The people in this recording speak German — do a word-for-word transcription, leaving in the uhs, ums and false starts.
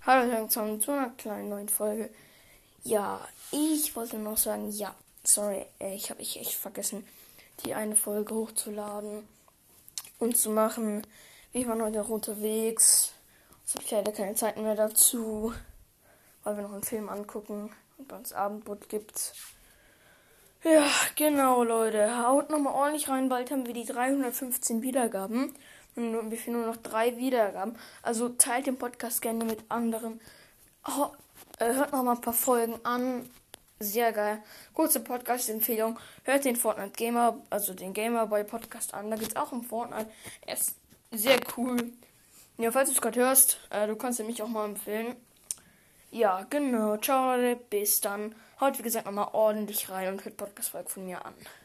Hallo zu einer kleinen neuen Folge. Ja, ich wollte noch sagen, ja, sorry, ich habe ich echt vergessen, die eine Folge hochzuladen und zu machen. Wir waren heute noch unterwegs. Jetzt habe ich leider keine Zeit mehr dazu, weil wir noch einen Film angucken und bei uns Abendbrot gibt. Ja, genau, Leute. Haut nochmal ordentlich rein, bald haben wir die dreihundertfünfzehn Wiedergaben. Und wir fehlen nur noch drei Wiedergaben. Also teilt den Podcast gerne mit anderen. Oh, äh, hört noch mal ein paar Folgen an. Sehr geil. Kurze Podcast-Empfehlung. Hört den Fortnite Gamer, also den Gamerboy Podcast an. Da geht es auch um Fortnite. Er ist sehr cool. Ja, falls du es gerade hörst, äh, du kannst mich auch mal empfehlen. Ja, genau. Ciao, Leute. Bis dann. Haut, wie gesagt, nochmal ordentlich rein und hört Podcast-Folge von mir an.